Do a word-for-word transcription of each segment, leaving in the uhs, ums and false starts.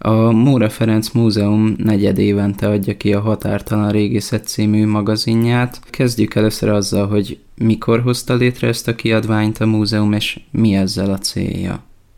A Móra Ferenc Múzeum negyedévente adja ki a Határtalan Régészet című magazinját. Kezdjük először azzal, hogy mikor hozta létre ezt a kiadványt a múzeum, és mi ezzel a célja?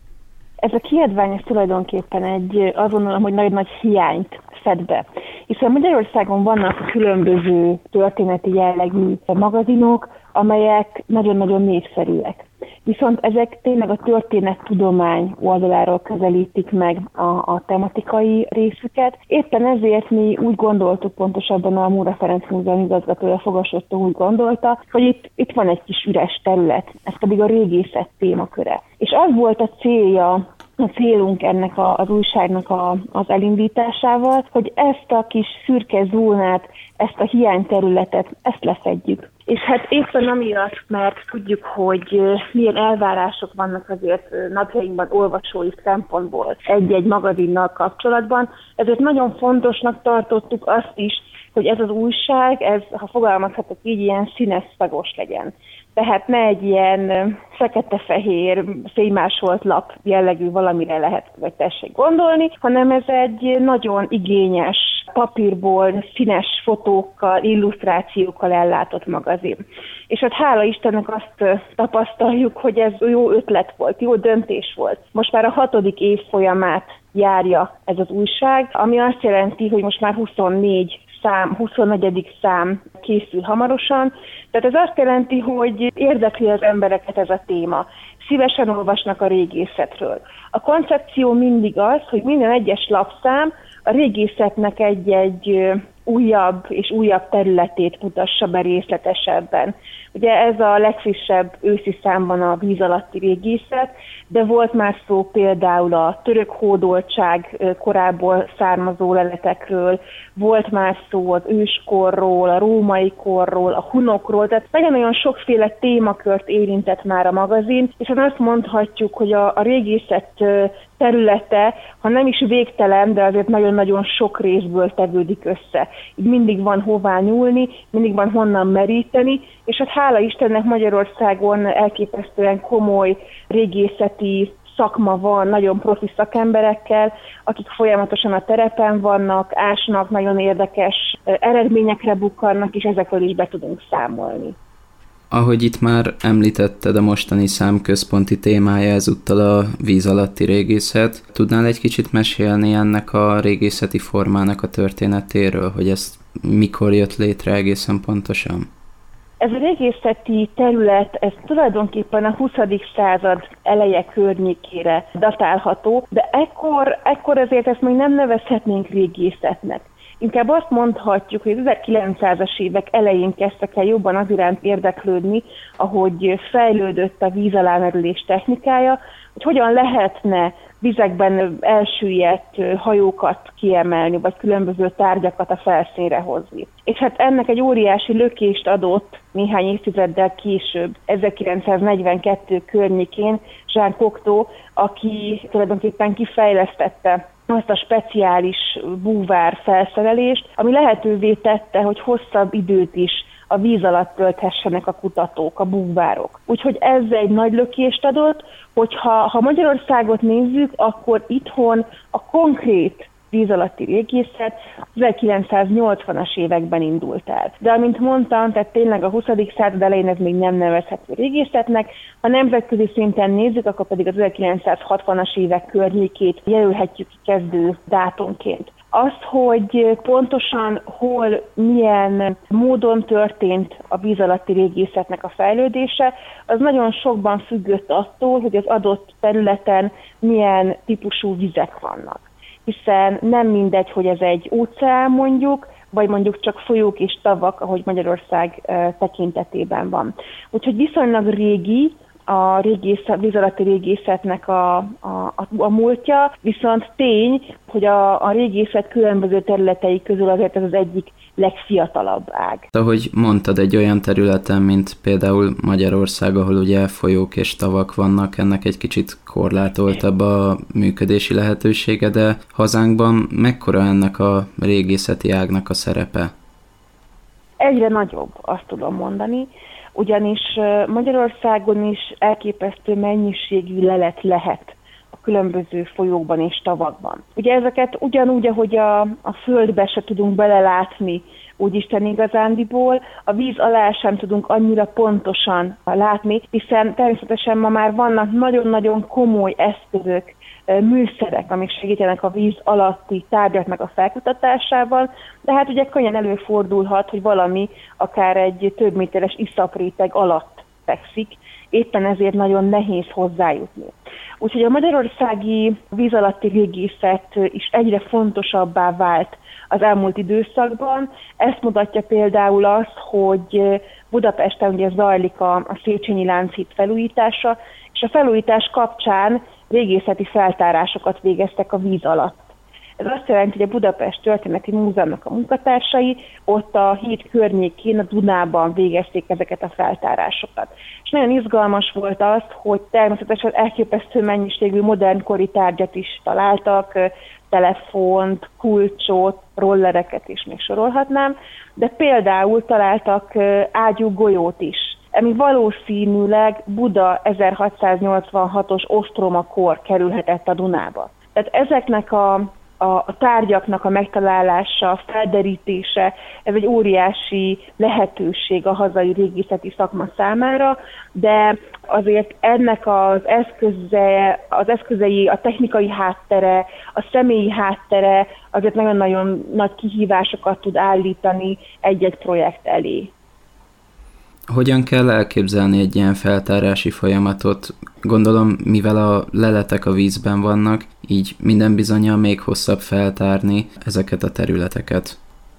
Ez a kiadvány ez tulajdonképpen egy, azt gondolom, hogy nagyon nagy hiányt fed be. Hiszen Magyarországon vannak különböző történeti jellegű magazinok, amelyek nagyon-nagyon népszerűek. Viszont ezek tényleg a történettudomány oldaláról közelítik meg a, a tematikai részüket. Éppen ezért mi úgy gondoltuk, pontosabban a Móra Ferenc Múzeum igazgatója Fogas Ottó úgy gondolta, hogy itt, itt van egy kis üres terület, ez pedig a régészet témaköre. És az volt a célja, a célunk ennek a, az újságnak a, az elindításával, hogy ezt a kis szürke zónát, ezt a hiányterületet, ezt lefedjük. És hát éppen amiatt, mert tudjuk, hogy milyen elvárások vannak azért napjainkban olvasói szempontból egy-egy magazinnal kapcsolatban, ezért nagyon fontosnak tartottuk azt is, hogy ez az újság, ez, ha fogalmazhatok így, ilyen színes szagos legyen. Tehát ne egy ilyen fekete-fehér, fénymásolt lap jellegű valamire lehet, vagy tessék gondolni, hanem ez egy nagyon igényes, papírból, színes fotókkal, illusztrációkkal ellátott magazin. És hát hála Istennek azt tapasztaljuk, hogy ez jó ötlet volt, jó döntés volt. Most már a hatodik év folyamát járja ez az újság, ami azt jelenti, hogy most már huszonnégy szám, huszonnegyedik szám készül hamarosan. Tehát ez azt jelenti, hogy érdekli az embereket ez a téma. Szívesen olvasnak a régészetről. A koncepció mindig az, hogy minden egyes lapszám a régészetnek egy-egy újabb és újabb területét mutassa be részletesebben. Ugye ez a legfrissebb őszi számban a víz alatti régészet, de volt már szó például a török hódoltság korából származó leletekről, volt már szó az őskorról, a római korról, a hunokról, tehát nagyon-nagyon sokféle témakört érintett már a magazin, és azt mondhatjuk, hogy a, a régészet területe, ha nem is végtelen, de azért nagyon-nagyon sok részből tevődik össze. Így mindig van hová nyúlni, mindig van honnan meríteni, és hát hála Istennek Magyarországon elképesztően komoly régészeti szakma van, nagyon profi szakemberekkel, akik folyamatosan a terepen vannak, ásnak, nagyon érdekes eredményekre bukkannak, és ezekről is be tudunk számolni. Ahogy itt már említetted, a mostani szám központi témája ezúttal a víz alatti régészet. Tudnál egy kicsit mesélni ennek a régészeti formának a történetéről, hogy ez mikor jött létre egészen pontosan? Ez a régészeti terület, ez tulajdonképpen a huszadik század eleje környékére datálható, de ekkor, ekkor azért ezt még nem nevezhetnénk régészetnek. Inkább azt mondhatjuk, hogy az ezerkilencszázas évek elején kezdtek el jobban az iránt érdeklődni, ahogy fejlődött a víz alámerülés technikája, hogy hogyan lehetne vizekben elsüllyedt hajókat kiemelni, vagy különböző tárgyakat a felszínre hozni. És hát ennek egy óriási lökést adott néhány évtizeddel később, ezerkilencszáznegyvenkettő környékén Jean Cocteau, aki tulajdonképpen kifejlesztette azt a speciális búvár felszerelést, ami lehetővé tette, hogy hosszabb időt is a víz alatt tölthessenek a kutatók, a búvárok. Úgyhogy ez egy nagy lökést adott, hogyha ha Magyarországot nézzük, akkor itthon a konkrét víz alatti régészet ezerkilencszáznyolcvanas években indult el. De amint mondtam, tehát tényleg a huszadik század elején ez még nem nevezhető régészetnek, ha nemzetközi szinten nézzük, akkor pedig az ezerkilencszázhatvanas évek környékét jelölhetjük ki kezdő dátumként. Az, hogy pontosan hol, milyen módon történt a víz alatti régészetnek a fejlődése, az nagyon sokban függött attól, hogy az adott területen milyen típusú vizek vannak. Hiszen nem mindegy, hogy ez egy óceán mondjuk, vagy mondjuk csak folyók és tavak, ahogy Magyarország tekintetében van. Úgyhogy viszonylag régi a régészet, víz alatti régészetnek a, a, a múltja, viszont tény, hogy a, a régészet különböző területei közül azért ez az egyik legfiatalabb ág. Ahogy mondtad, egy olyan területen, mint például Magyarország, ahol ugye folyók és tavak vannak, ennek egy kicsit korlátoltabb a működési lehetősége, de hazánkban mekkora ennek a régészeti ágnak a szerepe? Egyre nagyobb, azt tudom mondani, ugyanis Magyarországon is elképesztő mennyiségű lelet lehet a különböző folyókban és tavakban. Ugye ezeket ugyanúgy, ahogy a, a földbe se tudunk belelátni, úgy Isten igazándiból, a víz alá sem tudunk annyira pontosan látni, hiszen természetesen ma már vannak nagyon-nagyon komoly eszközök, műszerek, amik segítenek a víz alatti tárgyaknak a felkutatásában, de hát ugye könnyen előfordulhat, hogy valami akár egy több méteres iszapréteg alatt fekszik, éppen ezért nagyon nehéz hozzájutni. Úgyhogy a magyarországi víz alatti régészet is egyre fontosabbá vált az elmúlt időszakban. Ezt mutatja például az, hogy Budapesten ugye zajlik a, a Széchenyi Lánchíd felújítása, és a felújítás kapcsán régészeti feltárásokat végeztek a víz alatt. Ez azt jelenti, hogy a Budapest Történeti Múzeumnak a munkatársai ott a híd környékén, a Dunában végezték ezeket a feltárásokat. És nagyon izgalmas volt az, hogy természetesen elképesztő mennyiségű modernkori tárgyat is találtak, telefont, kulcsot, rollereket is még sorolhatnám, de például találtak ágyú golyót is, ami valószínűleg Buda ezerhatszáznyolcvanhatos ostromakor kerülhetett a Dunába. Tehát ezeknek a, a, a tárgyaknak a megtalálása, a felderítése, ez egy óriási lehetőség a hazai régészeti szakma számára, de azért ennek az eszköze, az eszközei, a technikai háttere, a személyi háttere azért nagyon-nagyon nagy kihívásokat tud állítani egy-egy projekt elé. Hogyan kell elképzelni egy ilyen feltárási folyamatot? Gondolom, mivel a leletek a vízben vannak, így minden bizonnyal még hosszabb feltárni ezeket a területeket.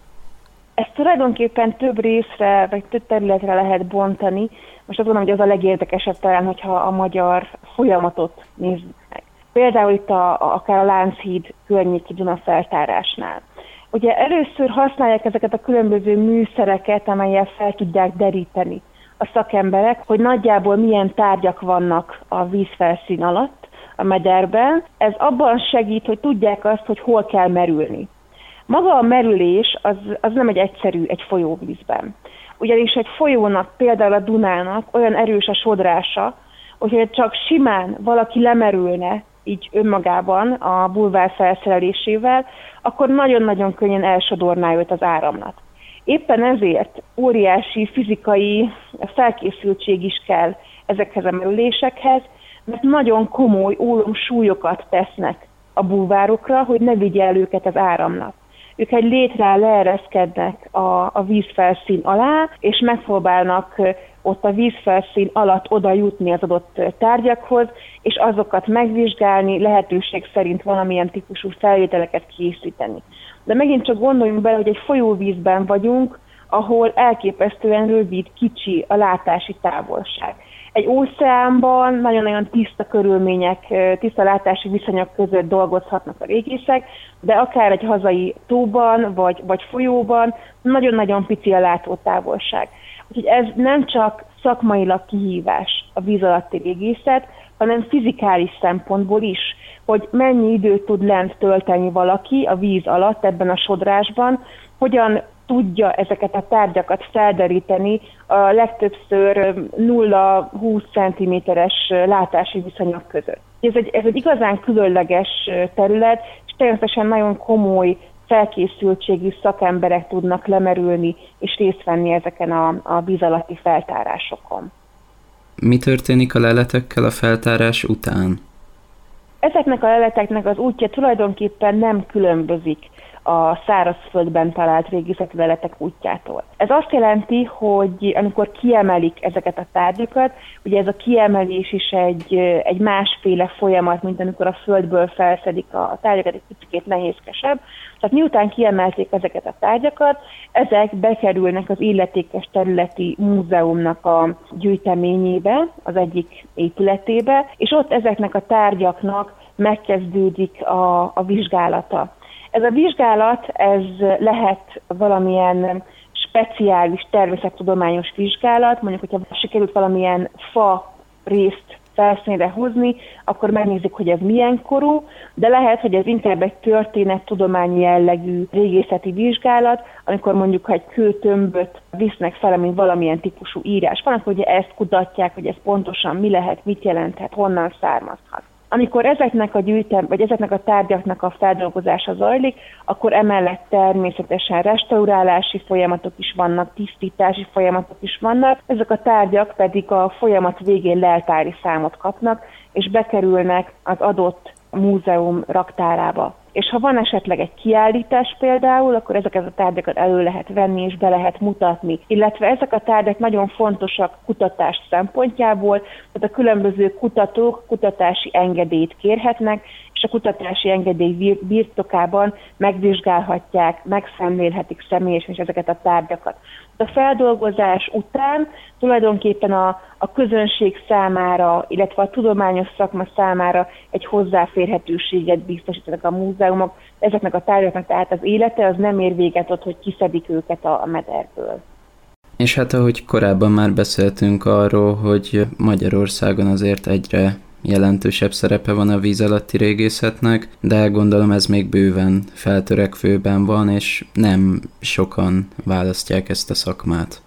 Ezt tulajdonképpen több részre, vagy több területre lehet bontani. Most azt gondolom, hogy az a legérdekesebb talán, hogyha a magyar folyamatot nézzük meg. Például itt a, akár a Lánchíd környéki Duna feltárásnál. Ugye először használják ezeket a különböző műszereket, amellyel fel tudják deríteni a szakemberek, hogy nagyjából milyen tárgyak vannak a vízfelszín alatt, a mederben. Ez abban segít, hogy tudják azt, hogy hol kell merülni. Maga a merülés az, az nem egy egyszerű egy folyóvízben. Ugyanis egy folyónak, például a Dunának olyan erős a sodrása, hogyha csak simán valaki lemerülne, így önmagában a bulvár felszerelésével, akkor nagyon-nagyon könnyen elsodorná őt az áramlat. Éppen ezért óriási fizikai felkészültség is kell ezekhez a merülésekhez, mert nagyon komoly ólomsúlyokat tesznek a bulvárokra, hogy ne vigye el őket az áramlat. Ők egy létre leereszkednek a, a vízfelszín alá, és megpróbálnak ott a vízfelszín alatt oda jutni az adott tárgyakhoz, és azokat megvizsgálni, lehetőség szerint valamilyen típusú felvételeket készíteni. De megint csak gondoljunk bele, hogy egy folyóvízben vagyunk, ahol elképesztően rövid, kicsi a látási távolság. Egy óceánban nagyon-nagyon tiszta körülmények, tiszta látási viszonyok között dolgozhatnak a régészek, de akár egy hazai tóban vagy, vagy folyóban nagyon-nagyon pici a látótávolság. Úgyhogy ez nem csak szakmailag kihívás a víz alatti régészet, hanem fizikális szempontból is, hogy mennyi időt tud lent tölteni valaki a víz alatt ebben a sodrásban, hogyan tudja ezeket a tárgyakat felderíteni a legtöbbször nulla-húsz centiméteres látási viszonyok között. Ez egy, ez egy igazán különleges terület, és természetesen nagyon komoly felkészültségű szakemberek tudnak lemerülni és részt venni ezeken a, a víz alatti feltárásokon. Mi történik a leletekkel a feltárás után? Ezeknek a leleteknek az útja tulajdonképpen nem különbözik a szárazföldben talált régészeti leletek útjától. Ez azt jelenti, hogy amikor kiemelik ezeket a tárgyakat, ugye ez a kiemelés is egy, egy másféle folyamat, mint amikor a földből felszedik a tárgyakat, egy picit nehézkesebb. Tehát miután kiemelték ezeket a tárgyakat, ezek bekerülnek az illetékes területi múzeumnak a gyűjteményébe, az egyik épületébe, és ott ezeknek a tárgyaknak megkezdődik a, a vizsgálata. Ez a vizsgálat, ez lehet valamilyen speciális természettudományos vizsgálat, mondjuk, hogyha sikerült valamilyen fa részt felszínre hozni, akkor megnézik, hogy ez milyen korú, de lehet, hogy ez inkább egy történettudományi jellegű régészeti vizsgálat, amikor mondjuk, ha egy kőtömböt visznek fel, amin valamilyen típusú írás van, akkor ugye ezt kutatják, hogy ez pontosan mi lehet, mit jelenthet, honnan származhat. Amikor ezeknek a gyűjtem, vagy ezeknek a tárgyaknak a feldolgozása zajlik, akkor emellett természetesen restaurálási folyamatok is vannak, tisztítási folyamatok is vannak, ezek a tárgyak pedig a folyamat végén leltári számot kapnak, és bekerülnek az adott múzeum raktárába. És ha van esetleg egy kiállítás például, akkor ezeket a tárgyakat elő lehet venni és be lehet mutatni. Illetve ezek a tárgyak nagyon fontosak kutatás szempontjából, tehát a különböző kutatók kutatási engedélyt kérhetnek, és a kutatási engedély birtokában megvizsgálhatják, megszemlélhetik személyesen is ezeket a tárgyakat. A feldolgozás után tulajdonképpen a, a közönség számára, illetve a tudományos szakma számára egy hozzáférhetőséget biztosítanak a múzeumok. Ezeknek a tárgyaknak tehát az élete az nem ér véget ott, hogy kiszedik őket a, a mederből. És hát ahogy korábban már beszéltünk arról, hogy Magyarországon azért egyre jelentősebb szerepe van a víz alatti régészetnek, de gondolom ez még bőven feltörekvőben van, és nem sokan választják ezt a szakmát.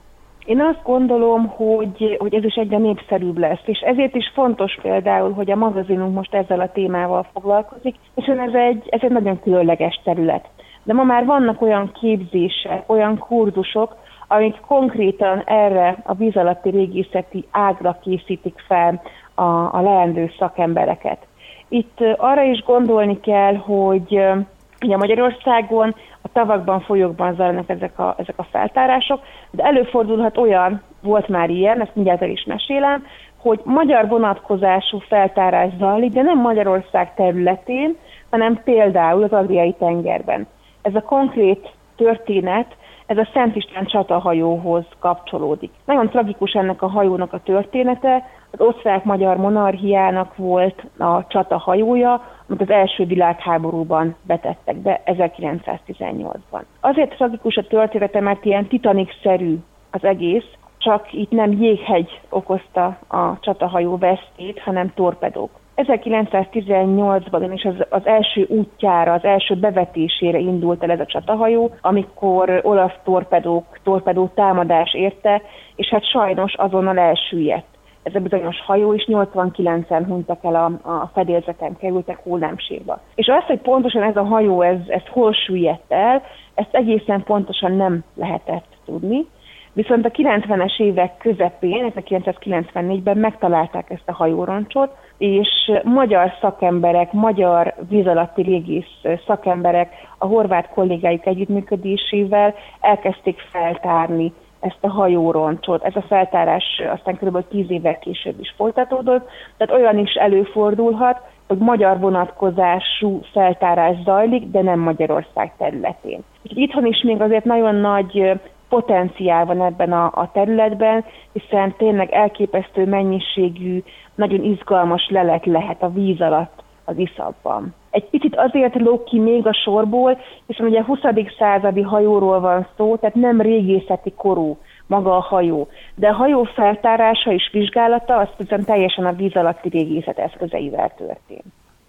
Én azt gondolom, hogy, hogy ez is egyre népszerűbb lesz, és ezért is fontos például, hogy a magazinunk most ezzel a témával foglalkozik, és ez egy, ez egy nagyon különleges terület. De ma már vannak olyan képzések, olyan kurzusok, amik konkrétan erre a víz alatti régészeti ágra készítik fel a, a leendő szakembereket. Itt arra is gondolni kell, hogy ugye Magyarországon a tavakban, folyókban zajlanak ezek a, ezek a feltárások, de előfordulhat olyan, volt már ilyen, ezt mindjárt el is mesélem, hogy magyar vonatkozású feltárás zajlik, de nem Magyarország területén, hanem például az Adriai tengerben. Ez a konkrét történet, ez a Szent István csatahajóhoz kapcsolódik. Nagyon tragikus ennek a hajónak a története. Az osztrák-magyar monarchiának volt a csatahajója, amit az első világháborúban vetettek be ezerkilencszáztizennyolcban. Azért tragikus a története, mert ilyen Titanic-szerű az egész, csak itt nem jéghegy okozta a csatahajó vesztét, hanem torpedók. ezerkilencszáztizennyolcban is az, az első útjára, az első bevetésére indult el ez a csatahajó, amikor olasz torpedók, torpedó támadás érte, és hát sajnos azonnal elsüllyedt. Ez a bizonyos hajó is nyolcvankilencen hunytak el a, a fedélzeten, kerültek hullámsírba. És az, hogy pontosan ez a hajó, ez, ez hol süllyedt el, ezt egészen pontosan nem lehetett tudni. Viszont a kilencvenes évek közepén, ezerkilencszázkilencvennégyben megtalálták ezt a hajóroncsot, és magyar szakemberek, magyar vízalatti régész szakemberek a horvát kollégáik együttműködésével elkezdték feltárni ezt a hajóroncsot. Ez a feltárás aztán kb. tíz évvel később is folytatódott, tehát olyan is előfordulhat, hogy magyar vonatkozású feltárás zajlik, de nem Magyarország területén. Itthon is még azért nagyon nagy potenciál van ebben a, a területben, hiszen tényleg elképesztő mennyiségű, nagyon izgalmas lelet lehet a víz alatt az iszapban. Egy picit azért lóg ki még a sorból, hiszen ugye huszadik századi hajóról van szó, tehát nem régészeti korú maga a hajó. De a hajó feltárása és vizsgálata az viszont teljesen a víz alatti régészet eszközeivel történt.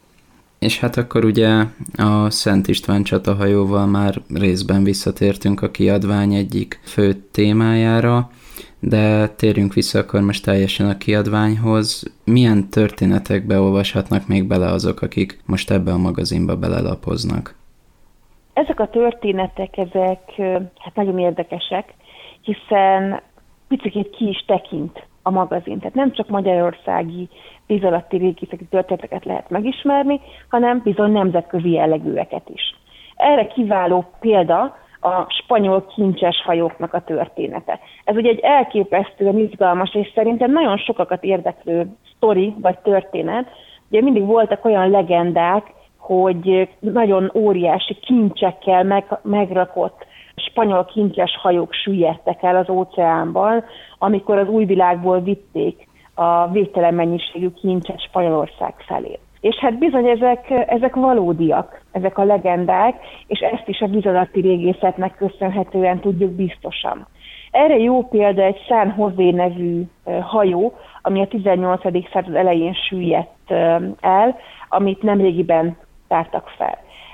És hát akkor ugye a Szent István csatahajóval már részben visszatértünk a kiadvány egyik fő témájára, de térjünk vissza akkor most teljesen a kiadványhoz. Milyen történetekbe olvashatnak még bele azok, akik most ebbe a magazinba belelapoznak? Ezek a történetek, ezek hát nagyon érdekesek, hiszen picit ki is tekint a magazin. Tehát nem csak magyarországi víz alatti régészeti történeteket lehet megismerni, hanem bizony nemzetközi jellegűeket is. Erre kiváló példa a spanyol kincses hajóknak a története. Ez ugye egy elképesztően izgalmas, és szerintem nagyon sokakat érdeklő sztori vagy történet. Ugye mindig voltak olyan legendák, hogy nagyon óriási kincsekkel meg, megrakott spanyol kincses hajók süllyedtek el az óceánban, amikor az új világból vitték a végtelen mennyiségű kincset Spanyolország felé. És hát bizony ezek, ezek valódiak, ezek a legendák, és ezt is a víz alatti régészetnek köszönhetően tudjuk biztosan. Erre jó példa egy San José nevű hajó, ami a tizennyolcadik század elején süllyedt el, amit nemrégiben tártak fel.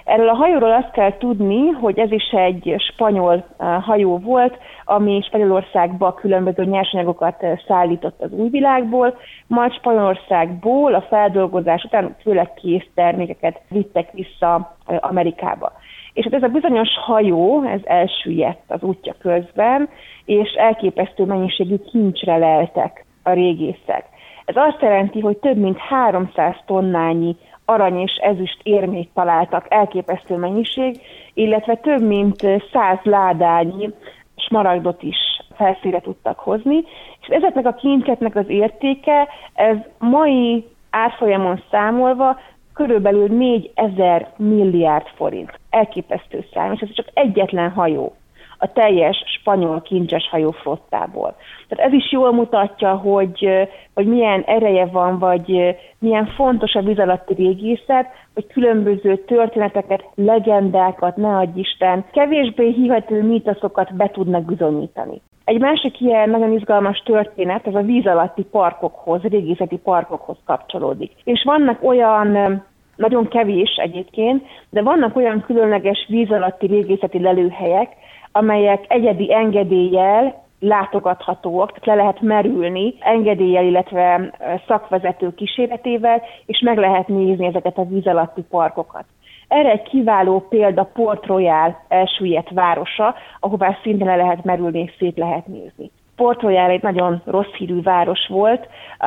Erről a hajóról azt kell tudni, hogy ez is egy spanyol hajó volt, ami Spanyolországba különböző nyersanyagokat szállított az újvilágból, majd Spanyolországból a feldolgozás után főleg késztermékeket vittek vissza Amerikába. És hát ez a bizonyos hajó, ez elsüllyedt az útja közben, és elképesztő mennyiségű kincsre leltek a régészek. Ez azt jelenti, hogy több mint háromszáz tonnányi arany és ezüst érmét találtak, elképesztő mennyiség, illetve több mint száz ládányi smaragdot is felszínre tudtak hozni, és ezeknek a kincseknek az értéke, ez mai árfolyamon számolva körülbelül négyezer milliárd forint. Elképesztő szám, és ez csak egyetlen hajó a teljes spanyol kincses hajóflottából. Tehát ez is jól mutatja, hogy, hogy milyen ereje van, vagy milyen fontos a víz alatti régészet, hogy különböző történeteket, legendákat, ne adj Isten, kevésbé hihető mítoszokat be tudnak bizonyítani. Egy másik ilyen nagyon izgalmas történet, ez a víz alatti parkokhoz, régészeti parkokhoz kapcsolódik. És vannak olyan, nagyon kevés egyébként, de vannak olyan különleges víz alatti régészeti lelőhelyek, amelyek egyedi engedéllyel látogathatóak, tehát le lehet merülni engedéllyel, illetve szakvezető kíséretével, és meg lehet nézni ezeket a víz alatti parkokat. Erre egy kiváló példa Port Royal elsüllyedt városa, ahová szintén le lehet merülni és szét lehet nézni. Port Royal egy nagyon rossz hírű város volt,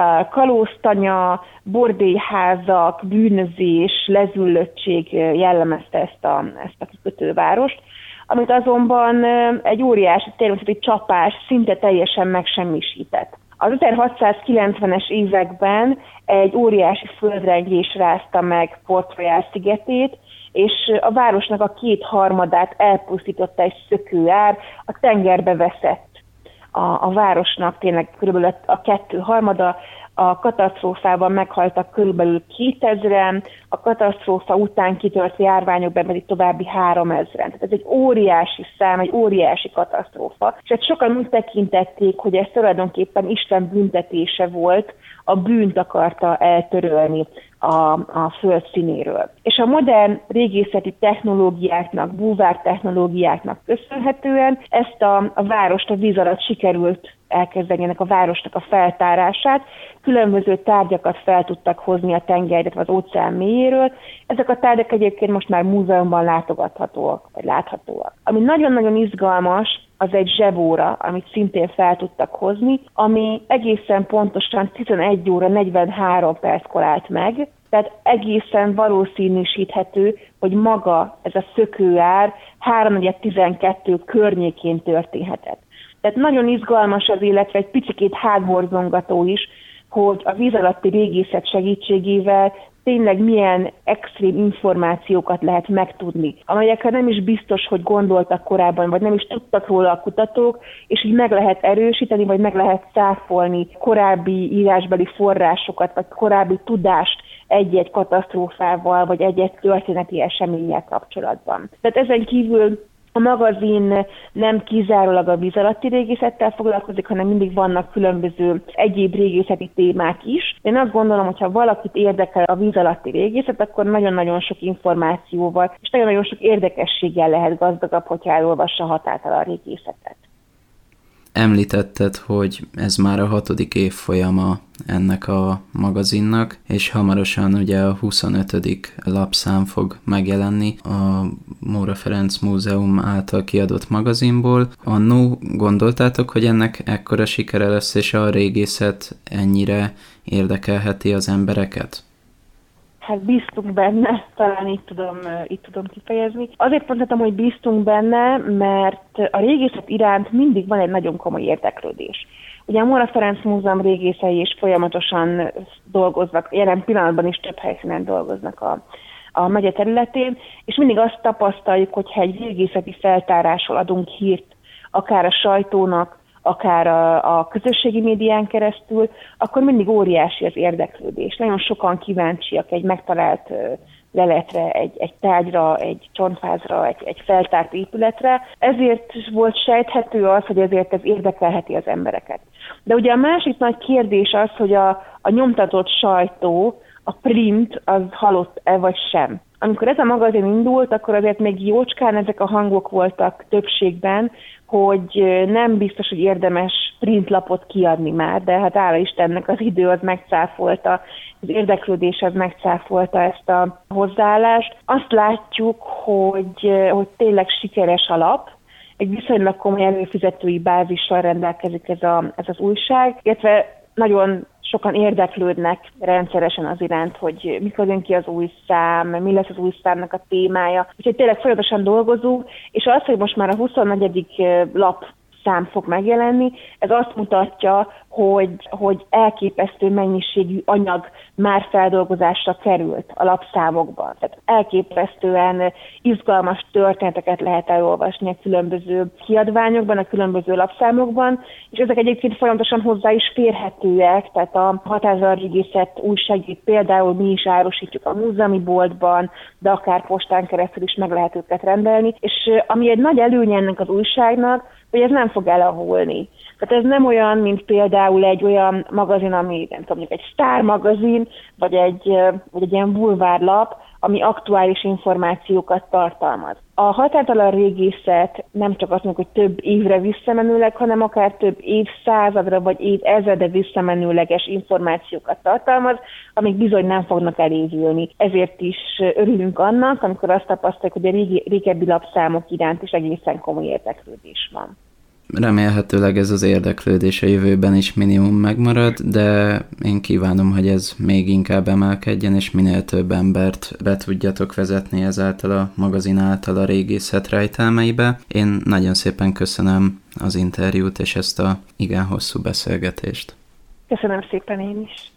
kalóztanya, bordélyházak, bűnözés, lezüllöttség jellemezte ezt a, ezt a kikötővárost, amit azonban egy óriási természeti csapás szinte teljesen megsemmisített. Az ezerhatszázkilencvenes években egy óriási földrengés rázta meg Port Royal szigetét, és a városnak a kétharmadát elpusztította egy szökőár, a tengerbe veszett a, a városnak tényleg körülbelül a kettő harmada, a katasztrófában meghaltak körülbelül kétezren, a katasztrófa után kitört járványokban pedig további háromezren. Tehát ez egy óriási szám, egy óriási katasztrófa. És hát sokan úgy tekintették, hogy ez tulajdonképpen Isten büntetése volt, a bűnt akarta eltörölni a, a föld színéről. És a modern régészeti technológiáknak, búvár technológiáknak köszönhetően ezt a, a várost a víz alatt sikerült elkezdeni ennek a városnak a feltárását. Különböző tárgyakat fel tudtak hozni a tenger, illetve az óceán mélyéről. Ezek a tárgyak egyébként most már múzeumban látogathatóak, vagy láthatóak. Ami nagyon-nagyon izgalmas, az egy zsebóra, amit szintén fel tudtak hozni, ami egészen pontosan tizenegy óra negyvenhárom perckor állt meg, tehát egészen valószínűsíthető, hogy maga ez a szökőár háromnegyed tizenkettő környékén történhetett. Tehát nagyon izgalmas az, illetve egy picikét hátborzongató is, hogy a víz alatti régészet segítségével tényleg milyen extrém információkat lehet megtudni, amelyekre nem is biztos, hogy gondoltak korábban, vagy nem is tudtak róla a kutatók, és így meg lehet erősíteni, vagy meg lehet cáfolni korábbi írásbeli forrásokat, vagy korábbi tudást egy-egy katasztrófával, vagy egy-egy történeti eseménnyel kapcsolatban. Tehát ezen kívül a magazin nem kizárólag a víz alatti régészettel foglalkozik, hanem mindig vannak különböző egyéb régészeti témák is. Én azt gondolom, hogy ha valakit érdekel a víz alatti régészet, akkor nagyon-nagyon sok információval és nagyon-nagyon sok érdekességgel lehet gazdagabb, hogyha elolvassa határtalan a régészetet. Említetted, hogy ez már a hatodik évfolyama ennek a magazinnak, és hamarosan ugye a huszonötödik lapszám fog megjelenni a Móra Ferenc Múzeum által kiadott magazinból. Annó gondoltátok, hogy ennek ekkora sikere lesz, és a régészet ennyire érdekelheti az embereket? Hát bíztunk benne, talán így tudom, így tudom kifejezni. Azért mondhatom, hogy bíztunk benne, mert a régészet iránt mindig van egy nagyon komoly érdeklődés. Ugye a Móra Ferenc Múzeum régészei is folyamatosan dolgoznak, jelen pillanatban is több helyszínen dolgoznak a, a megye területén, és mindig azt tapasztaljuk, hogyha egy régészeti feltárásról adunk hírt, akár a sajtónak, akár a, a közösségi médián keresztül, akkor mindig óriási az érdeklődés. Nagyon sokan kíváncsiak egy megtalált leletre, egy, egy tárgyra, egy csontfázra, egy, egy feltárt épületre. Ezért volt sejthető az, hogy ezért ez érdekelheti az embereket. De ugye a másik nagy kérdés az, hogy a, a nyomtatott sajtó a print az halott-e vagy sem. Amikor ez a magazin indult, akkor azért még jócskán ezek a hangok voltak többségben, hogy nem biztos, hogy érdemes printlapot kiadni már, de hát hála Istennek az idő az megcáfolta, az érdeklődés az megcáfolta ezt a hozzáállást. Azt látjuk, hogy, hogy tényleg sikeres a lap, egy viszonylag komoly előfizetői bázissal rendelkezik ez, a, ez az újság, illetve nagyon sokan érdeklődnek rendszeresen az iránt, hogy mikor jön ki az új szám, mi lesz az új számnak a témája. Úgyhogy tényleg folyamatosan dolgozunk, és az, hogy most már a huszonnegyedik lap szám fog megjelenni, ez azt mutatja, hogy, hogy elképesztő mennyiségű anyag már feldolgozásra került a lapszámokban. Tehát elképesztően izgalmas történeteket lehet elolvasni a különböző kiadványokban, a különböző lapszámokban, és ezek egyébként folyamatosan hozzá is férhetőek, tehát a Határozott Régészet újságét például mi is árusítjuk a múzeumi boltban, de akár postán keresztül is meg lehet őket rendelni, és ami egy nagy előnye ennek az újságnak, hogy ez nem fog elavulni. Tehát ez nem olyan, mint például egy olyan magazin, ami nem tudom, egy Sztár magazin, vagy egy, vagy egy ilyen bulvárlap, ami aktuális információkat tartalmaz. A Határtalan Régészet nem csak azt mondjuk, hogy több évre visszamenőleg, hanem akár több évszázadra vagy évezredre visszamenőleges információkat tartalmaz, amik bizony nem fognak elévülni. Ezért is örülünk annak, amikor azt tapasztaljuk, hogy a régi, régebbi lapszámok iránt is egészen komoly érdeklődés van. Remélhetőleg ez az érdeklődés a jövőben is minimum megmarad, de én kívánom, hogy ez még inkább emelkedjen, és minél több embert be tudjatok vezetni ezáltal a magazin által a régészet rejtelmeibe. Én nagyon szépen köszönöm az interjút és ezt a igen hosszú beszélgetést. Köszönöm szépen én is.